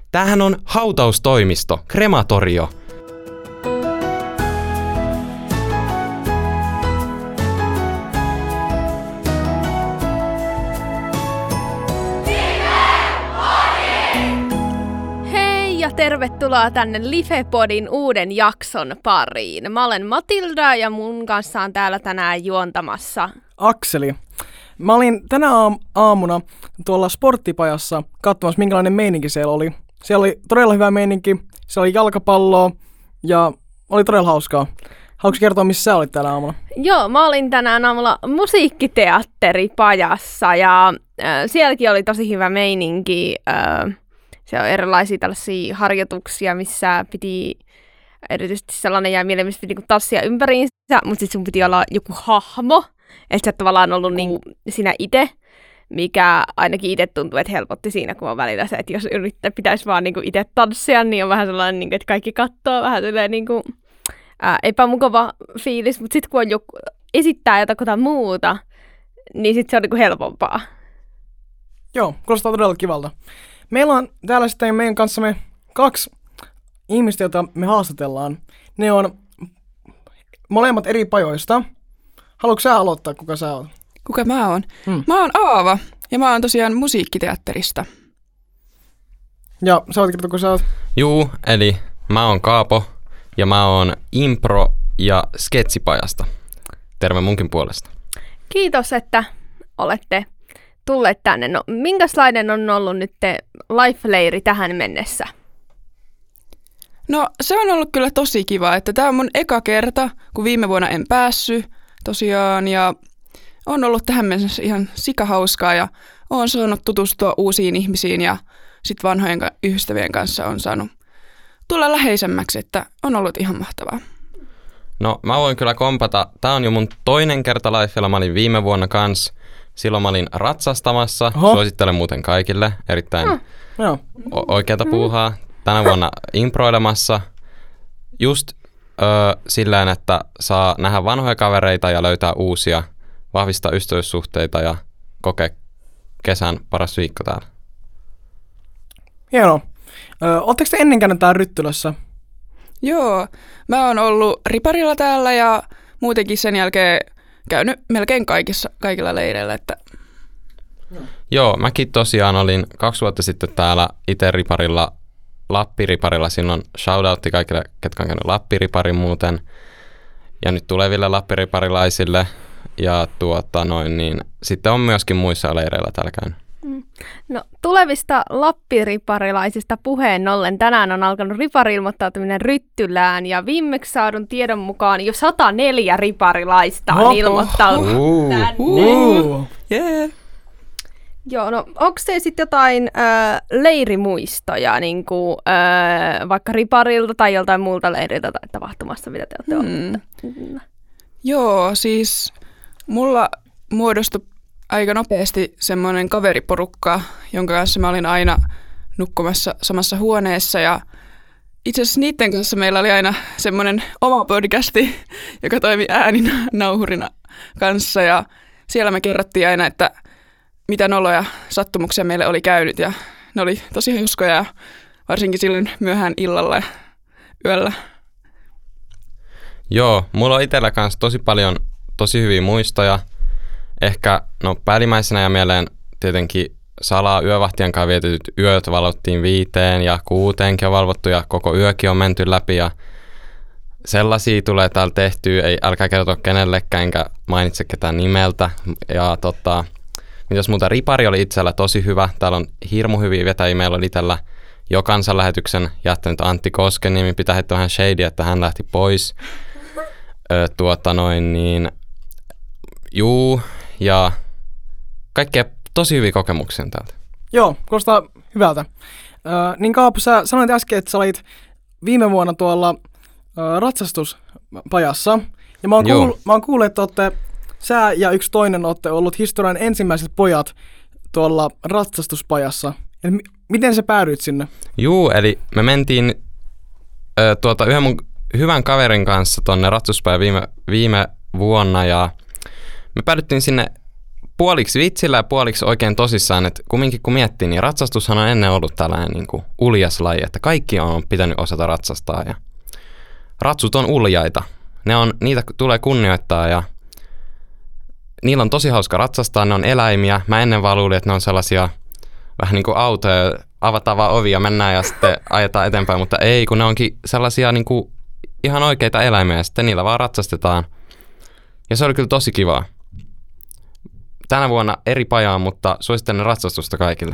Tämähän on hautaustoimisto, krematorio. Tervetuloa tänne Lifepodin uuden jakson pariin. Mä olen Matilda ja mun kanssa on täällä tänään juontamassa Akseli. Mä olin tänä aamuna tuolla sporttipajassa katsomassa, minkälainen meininki siellä oli. Siellä oli todella hyvä meininki, siellä oli jalkapalloa ja oli todella hauskaa. Haluatko kertoa, missä sä olit täällä aamulla? Joo, mä olin tänään aamulla musiikkiteatteripajassa ja sielläkin oli tosi hyvä meininki. Se on erilaisia tällaisia harjoituksia, missä piti, erityisesti sellainen jäi mieleen, missä piti niinku tanssia ympäriinsä, mutta sitten sun piti olla joku hahmo, että sä et tavallaan ollut niinku sinä itse, mikä ainakin itse tuntuu, että helpotti siinä, kun on välillä se, että jos pitäisi vaan niinku itse tanssia, niin on vähän sellainen, niinku, että kaikki katsoo, vähän silleen niinku, epämukava fiilis, mutta sitten kun on joku, esittää jotain muuta, niin sitten se on niinku helpompaa. Joo, kuulostaa todella kivalta. Meillä on täällä sitten meidän kanssamme 2 ihmistä, joita me haastatellaan. Ne on molemmat eri pajoista. Haluatko sä aloittaa, kuka sä oot? Kuka mä oon? Mä oon Aava ja mä oon tosiaan musiikkiteatterista. Ja sä oot kertoa, kuka sä oot? Juu, eli mä oon Kaapo ja mä oon impro- ja sketsipajasta. Terve munkin puolesta. Kiitos, että olette tulleet tänne. No, minkälainen on ollut nyt life-leiri tähän mennessä? No, se on ollut kyllä tosi kiva, että tää on mun eka kerta, kun viime vuonna en päässyt tosiaan, ja on ollut tähän mennessä ihan sikahauskaa, ja oon saanut tutustua uusiin ihmisiin, ja sit vanhojen ystävien kanssa on saanut tulla läheisemmäksi, että on ollut ihan mahtavaa. No, mä voin kyllä kompata. Tää on jo mun toinen kerta lifella. Mä olin viime vuonna kans. Silloin mä olin ratsastamassa. Suosittelen muuten kaikille. Erittäin oikeata puuhaa. Tänä vuonna improilemassa. Just sillään, että saa nähdä vanhoja kavereita ja löytää uusia. Vahvistaa ystävyyssuhteita ja kokea kesän paras viikko täällä. Hienoa. Oletteko te ennen käynyt täällä Ryttylässä? Joo. Mä oon ollut riparilla täällä ja muutenkin sen jälkeen käynyt melkein kaikilla leireillä. Että... Joo, mäkin tosiaan olin 2 vuotta sitten täällä itse riparilla, Lappiriparilla. Silloin shoutoutti kaikille, ketkä on käynyt Lappiriparin muuten. Ja nyt tuleville lappiriparilaisille. Ja sitten on myöskin muissa leireillä täällä käynyt. No, tulevista lappiriparilaisista puheen ollen tänään on alkanut ripari-ilmoittautuminen Ryttylään ja viimeksi saadun tiedon mukaan jo 104 riparilaista on ilmoittautunut tänne. Yeah. Joo, no onko se sitten jotain leirimuistoja, niin kuin, vaikka riparilta tai joltain muulta leiriltä tai tapahtumasta, mitä te olette olleet? Joo, siis mulla muodostui aika nopeasti semmoinen kaveriporukka, jonka kanssa mä olin aina nukkumassa samassa huoneessa. Ja itse asiassa niiden kanssa meillä oli aina semmoinen oma podcasti, joka toimi ääninä nauhurina kanssa. Ja siellä me kerrottiin aina, että mitä noloja sattumuksia meille oli käynyt. Ja ne oli tosi hauskoja, varsinkin silloin myöhään illalla ja yöllä. Joo, mulla on itsellä kanssa tosi paljon tosi hyviä muistoja. Ehkä päällimmäisenä ja mieleen tietenkin salaa yövahtien kanssa vietetyt yöt valvottiin 5 ja 6 on valvottu ja koko yökin on menty läpi ja sellaisia tulee täällä tehtyä. Ei, älkää kertoa kenellekään enkä mainitse ketään nimeltä. Ja mitäs muuta, ripari oli itsellä tosi hyvä. Täällä on hirmu hyviä vetäjiä. Meillä oli itsellä jo kansanlähetyksen jättänyt Antti Koskenniemi. Pitää heittää vähän shady, että hän lähti pois. Juu, ja kaikkea tosi hyviä kokemuksia täältä. Joo, kuulostaa hyvältä. Niin Kaapo, sä sanoit äsken, että sä olit viime vuonna tuolla ratsastuspajassa. Ja mä oon kuullut, että sä ja yksi toinen olette ollut historian ensimmäiset pojat tuolla ratsastuspajassa. Miten sä päädyit sinne? Juu, eli me mentiin yhden mun hyvän kaverin kanssa tonne ratsastuspajan viime vuonna ja me päädyttiin sinne puoliksi vitsillä ja puoliksi oikein tosissaan, että kumminkin kun miettii, niin ratsastushan on ennen ollut tällainen niin kuin uljas laji, että kaikki on pitänyt osata ratsastaa ja ratsut on uljaita. Niitä tulee kunnioittaa ja niillä on tosi hauska ratsastaa, ne on eläimiä. Mä ennen vaan luulin, että ne on sellaisia vähän niin kuin autoja, avataan vaan ovi ja mennään ja sitten ajetaan eteenpäin, mutta ei, kun ne onkin sellaisia niin kuin ihan oikeita eläimiä ja sitten niillä vaan ratsastetaan. Ja se oli kyllä tosi kivaa. Tänä vuonna eri pajaan, mutta suosittelen ratsastusta kaikille.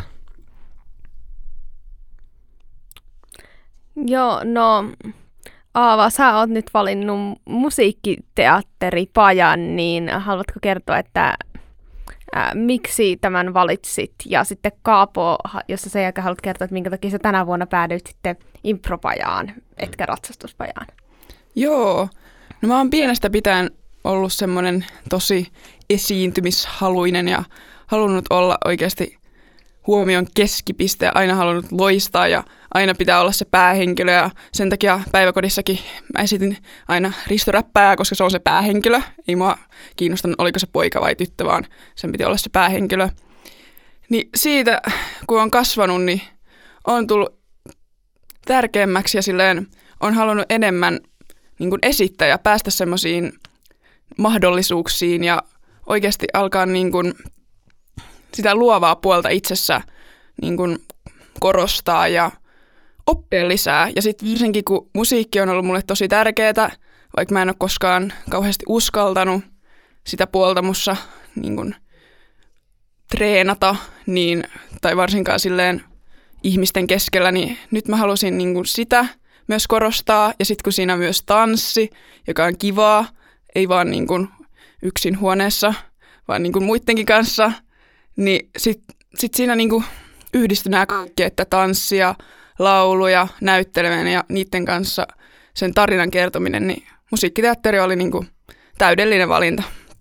Joo, no Aava, sä oot nyt valinnut musiikkiteatteripajan, niin haluatko kertoa, että miksi tämän valitsit? Ja sitten Kaapo, jos sä sen jälkeen haluat kertoa, että minkä takia sä tänä vuonna päädyit sitten impropajaan, etkä ratsastuspajaan. Joo, no mä oon pienestä pitäen ollut semmoinen tosi esiintymishaluinen ja halunnut olla oikeasti huomion keskipiste ja aina halunnut loistaa ja aina pitää olla se päähenkilö ja sen takia päiväkodissakin mä esitin aina Risto Räppää, koska se on se päähenkilö. Ei mua kiinnostanut, oliko se poika vai tyttö, vaan sen piti olla se päähenkilö. Niin siitä, kun on kasvanut, niin on tullut tärkeämmäksi ja silleen on halunnut enemmän niin kuin esittää ja päästä semmoisiin mahdollisuuksiin ja oikeasti alkaa niin kuin sitä luovaa puolta itsessä niin kuin korostaa ja oppia lisää. Ja sitten varsinkin, kun musiikki on ollut mulle tosi tärkeää, vaikka mä en ole koskaan kauheasti uskaltanut sitä puolta mussa niin kuin treenata, niin, tai varsinkaan silleen ihmisten keskellä, niin nyt mä halusin niin kuin sitä myös korostaa. Ja sitten kun siinä on myös tanssi, joka on kivaa, ei vaan niin kuin yksin huoneessa, vaan niin kuin muidenkin kanssa, niin sit siinä niin kuin yhdistyi nämä kaikki, että tanssia, lauluja, näytteleminen ja niiden kanssa sen tarinan kertominen, niin musiikkiteatteri oli niin kuin täydellinen valinta.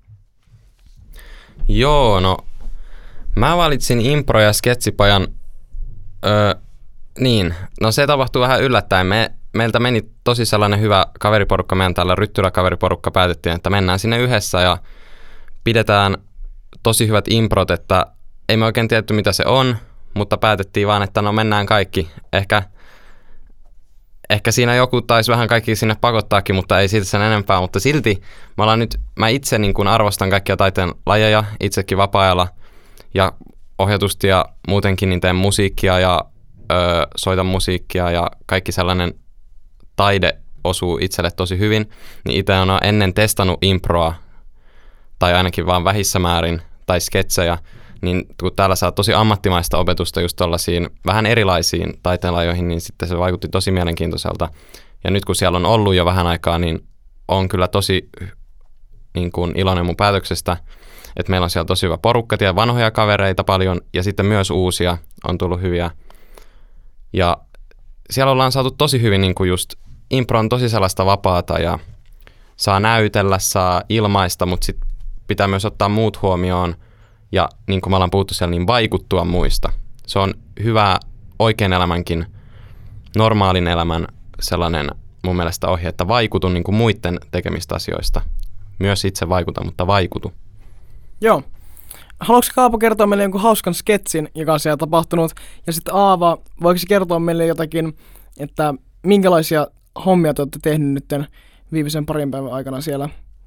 Joo, no mä valitsin impro- ja sketsipajan, niin, no se tapahtui vähän yllättäen. Meiltä meni tosi sellainen hyvä kaveriporukka, meidän täällä Ryttylä-kaveriporukka päätettiin, että mennään sinne yhdessä ja pidetään tosi hyvät improt, että ei me oikein tiedetty mitä se on, mutta päätettiin vaan, että no mennään kaikki. Ehkä siinä joku taisi vähän kaikki sinne pakottaakin, mutta ei siitä sen enempää, mutta silti mä itse niin kuin arvostan kaikkia taiteen lajeja, itsekin vapaa-ajalla ja ohjatusti ja muutenkin niin teen musiikkia ja soitan musiikkia ja kaikki sellainen taide osuu itselle tosi hyvin, niin itse olen ennen testannut improa tai ainakin vaan vähissä määrin tai sketsejä, niin kun täällä saa tosi ammattimaista opetusta just tollaisiin vähän erilaisiin taiteenlajoihin, niin sitten se vaikutti tosi mielenkiintoiselta. Ja nyt kun siellä on ollut jo vähän aikaa, niin on kyllä tosi niin kuin iloinen mun päätöksestä, että meillä on siellä tosi hyvä porukka ja vanhoja kavereita paljon ja sitten myös uusia on tullut hyviä. Ja siellä ollaan saatu tosi hyvin niin kuin just impro on tosi sellaista vapaata ja saa näytellä, saa ilmaista, mutta sitten pitää myös ottaa muut huomioon ja niin kuin me ollaan puhuttu siellä, niin vaikuttua muista. Se on hyvä oikean elämänkin, normaalin elämän sellainen mun mielestä ohje, että vaikutu niin kuin muiden tekemistä asioista. Myös itse vaikuta, mutta vaikutu. Joo. Haluatko Kaapo kertoa meille jonkun hauskan sketsin, joka on siellä tapahtunut? Ja sitten Aava, voiko kertoa meille jotakin, että minkälaisia hommia te olette tehnyt nyt viimeisen parin päivän aikana siellä?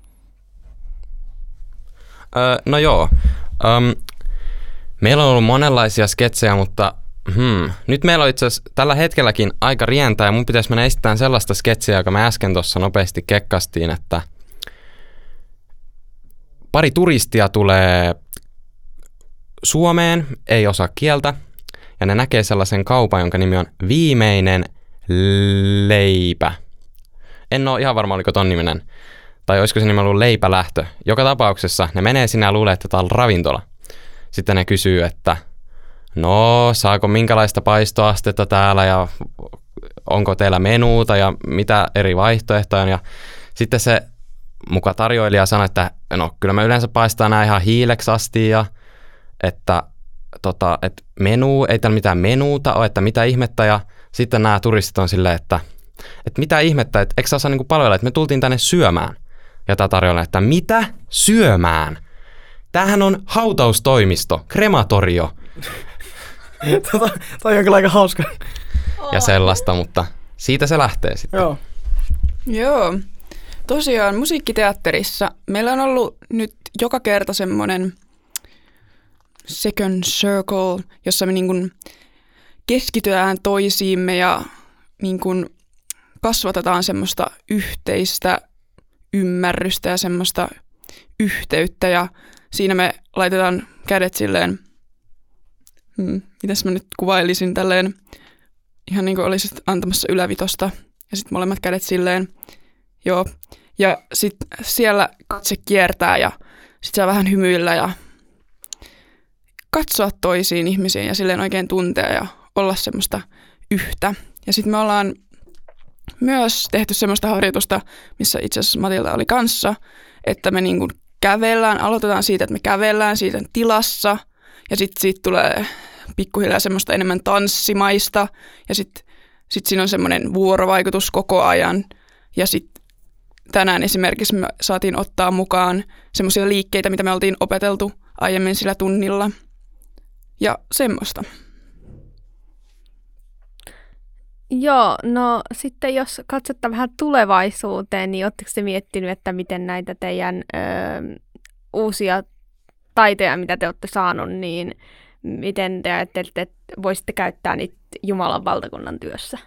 No joo. Meillä on ollut monenlaisia sketsejä, mutta nyt meillä on itse asiassa tällä hetkelläkin aika rientää ja mun pitäisi mennä esittämään sellaista sketsiä, joka me äsken tuossa nopeasti kekkastiin, että pari turistia tulee Suomeen, ei osaa kieltä, ja ne näkee sellaisen kaupan, jonka nimi on Viimeinen leipä. En ole ihan varma, oliko ton niminen. Tai olisiko se nimi ollut Leipälähtö. Joka tapauksessa ne menee sinne ja luulee, että tää on ravintola. Sitten ne kysyy, että no, saako minkälaista paistoastetta täällä ja onko teillä menuuta ja mitä eri vaihtoehtoja on. Ja sitten se muka tarjoilija sanoi, että no kyllä me yleensä paistaa nämä ihan hiileksi asti ja että menu, ei täällä mitään menuuta ole, että mitä ihmettä. Ja sitten nämä turistit on silleen, että mitä ihmettä, että eikö sä osaa niinku palvella, että me tultiin tänne syömään. Ja tämä tarjoilija, että mitä syömään? Tämähän on hautaustoimisto, krematorio Toi on kyllä aika hauska. ja sellaista, mutta siitä se lähtee sitten. Joo. Joo. Tosiaan musiikkiteatterissa meillä on ollut nyt joka kerta semmoinen second circle, jossa me niin kuin keskitytään toisiimme ja niin kuin kasvatetaan semmoista yhteistä ymmärrystä ja semmoista yhteyttä ja siinä me laitetaan kädet silleen, mitäs mä nyt kuvailisin tälleen, ihan niin kuin olisit antamassa ylävitosta ja sitten molemmat kädet silleen, joo. Ja sitten siellä katse kiertää ja sitten saa vähän hymyillä ja katsoa toisiin ihmisiin ja silleen oikein tuntea ja olla semmoista yhtä. Ja sitten me ollaan myös tehty semmoista harjoitusta, missä itse asiassa Matilda oli kanssa, että me niin kuin aloitetaan siitä, että me kävellään siitä tilassa ja sitten siitä tulee pikkuhiljaa semmoista enemmän tanssimaista ja sitten siinä on semmoinen vuorovaikutus koko ajan ja sitten tänään esimerkiksi me saatiin ottaa mukaan semmoisia liikkeitä, mitä me oltiin opeteltu aiemmin sillä tunnilla ja semmoista. Joo, no sitten jos katsotaan vähän tulevaisuuteen, niin oletteko te miettinyt, että miten näitä teidän uusia taitoja, mitä te olette saanut, niin miten te ajattelette, että voisitte käyttää niitä Jumalan valtakunnan työssä?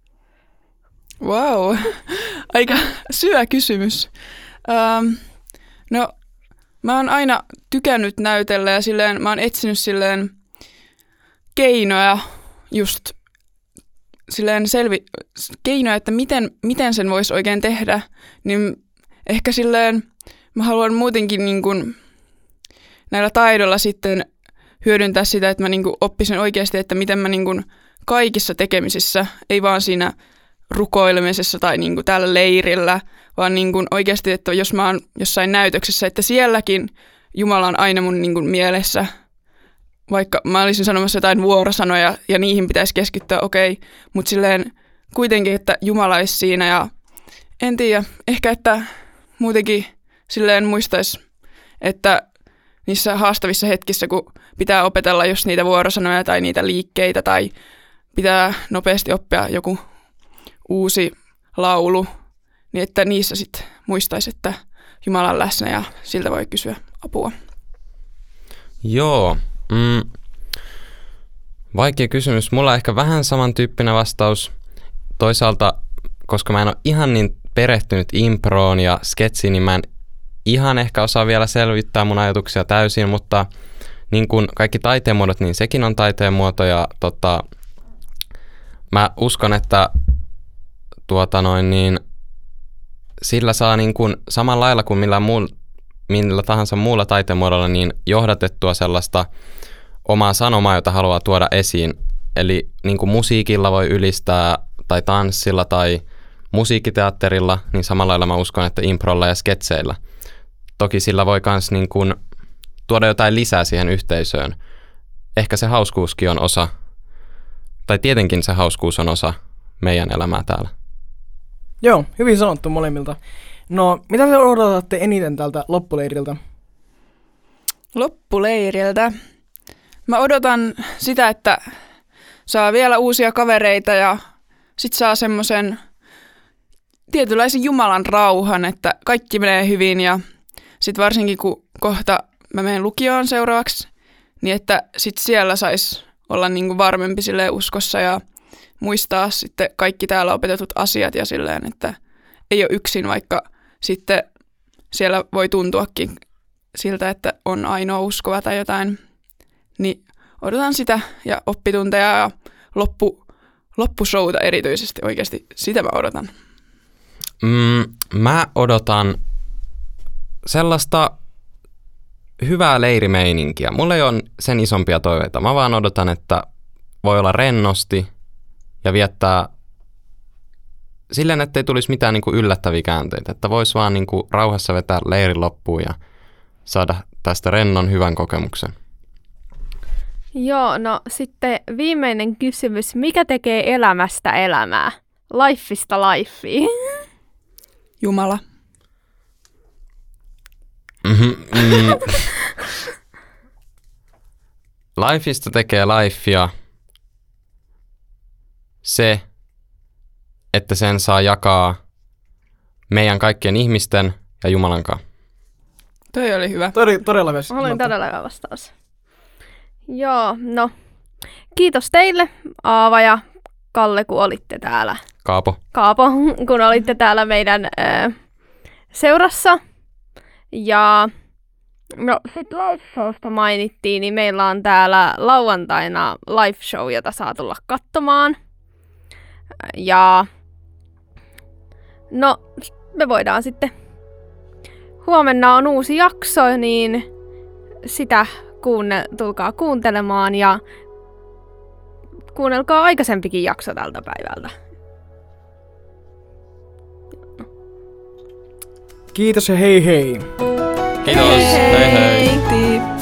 Wow, aika syvä kysymys. No, mä oon aina tykännyt näytellä ja silleen, mä oon etsinyt silleen keinoja just silleen keinoja, että miten sen voisi oikein tehdä, niin ehkä silleen mä haluan muutenkin niin kuin näillä taidoilla sitten hyödyntää sitä, että mä niin kuin oppisin oikeasti, että miten mä niin kuin kaikissa tekemisissä, ei vaan siinä rukoilemisessa tai niin kuin täällä leirillä, vaan niin kuin oikeasti, että jos mä oon jossain näytöksessä, että sielläkin Jumala on aina mun niin kuin mielessä, vaikka mä olisin sanomassa jotain vuorosanoja ja niihin pitäisi keskittyä, okei, mutta silleen kuitenkin, että Jumala olisi siinä ja en tiedä, ehkä että muutenkin silleen muistaisi, että niissä haastavissa hetkissä, kun pitää opetella just niitä vuorosanoja tai niitä liikkeitä tai pitää nopeasti oppia joku uusi laulu, niin että niissä sitten muistaisi, että Jumala on läsnä ja siltä voi kysyä apua. Joo. Vaikea kysymys. Mulla on ehkä vähän samantyyppinen vastaus. Toisaalta, koska mä en ole ihan niin perehtynyt improon ja sketsiin, niin mä en ihan ehkä osaa vielä selvittää mun ajatuksia täysin, mutta niin kuin kaikki taiteen muodot, niin sekin on taiteen muoto ja mä uskon, että sillä saa niin kuin samalla lailla kuin millä tahansa muulla taiteen muodolla niin johdatettua sellaista omaa sanomaa, jota haluaa tuoda esiin. Eli niin kuin musiikilla voi ylistää tai tanssilla tai musiikkiteatterilla, niin samalla lailla mä uskon, että improlla ja sketseillä. Toki sillä voi myös niin kuin tuoda jotain lisää siihen yhteisöön. Ehkä se hauskuuskin on osa, tai tietenkin se hauskuus on osa meidän elämää täällä. Joo, hyvin sanottu molemmilta. No, mitä te odotatte eniten tältä loppuleiriltä? Loppuleiriltä? Mä odotan sitä, että saa vielä uusia kavereita ja sit saa semmoisen tietynlaisen Jumalan rauhan, että kaikki menee hyvin ja sit varsinkin kun kohta mä menen lukioon seuraavaksi, niin että sit siellä sais olla niinku varmempi silleen uskossa ja muistaa sitten kaikki täällä opetetut asiat ja silleen, että ei ole yksin, vaikka sitten siellä voi tuntuakin siltä, että on ainoa uskova tai jotain. Niin odotan sitä ja oppitunteja ja loppushowta erityisesti oikeasti. Sitä mä odotan. Mä odotan sellaista hyvää leirimeininkiä. Mulla ei ole sen isompia toiveita. Mä vaan odotan, että voi olla rennosti ja viettää silleen, ettei tulisi mitään niin kuin yllättäviä käänteitä. Että voisi vaan niin kuin rauhassa vetää leirin loppuun ja saada tästä rennon hyvän kokemuksen. Joo, no sitten viimeinen kysymys. Mikä tekee elämästä elämää? Lifeista lifea. Jumala. Lifeista tekee lifea se, että sen saa jakaa meidän kaikkien ihmisten ja Jumalan kanssa. Toi oli hyvä. Todella hyvä. Olen todella hyvä vastaus. Joo, no. Kiitos teille, Aava ja Kalle, kun olitte täällä. Kaapo. Kun olitte täällä meidän seurassa. Ja no, sit live showsta mainittiin, niin meillä on täällä lauantaina live show, jota saa tulla katsomaan. Ja no, me voidaan sitten, huomenna on uusi jakso, niin sitä tulkaa kuuntelemaan ja kuunnelkaa aikaisempikin jakso tältä päivältä. Kiitos ja hei hei! Kiitos. Hei hei. Kiitti.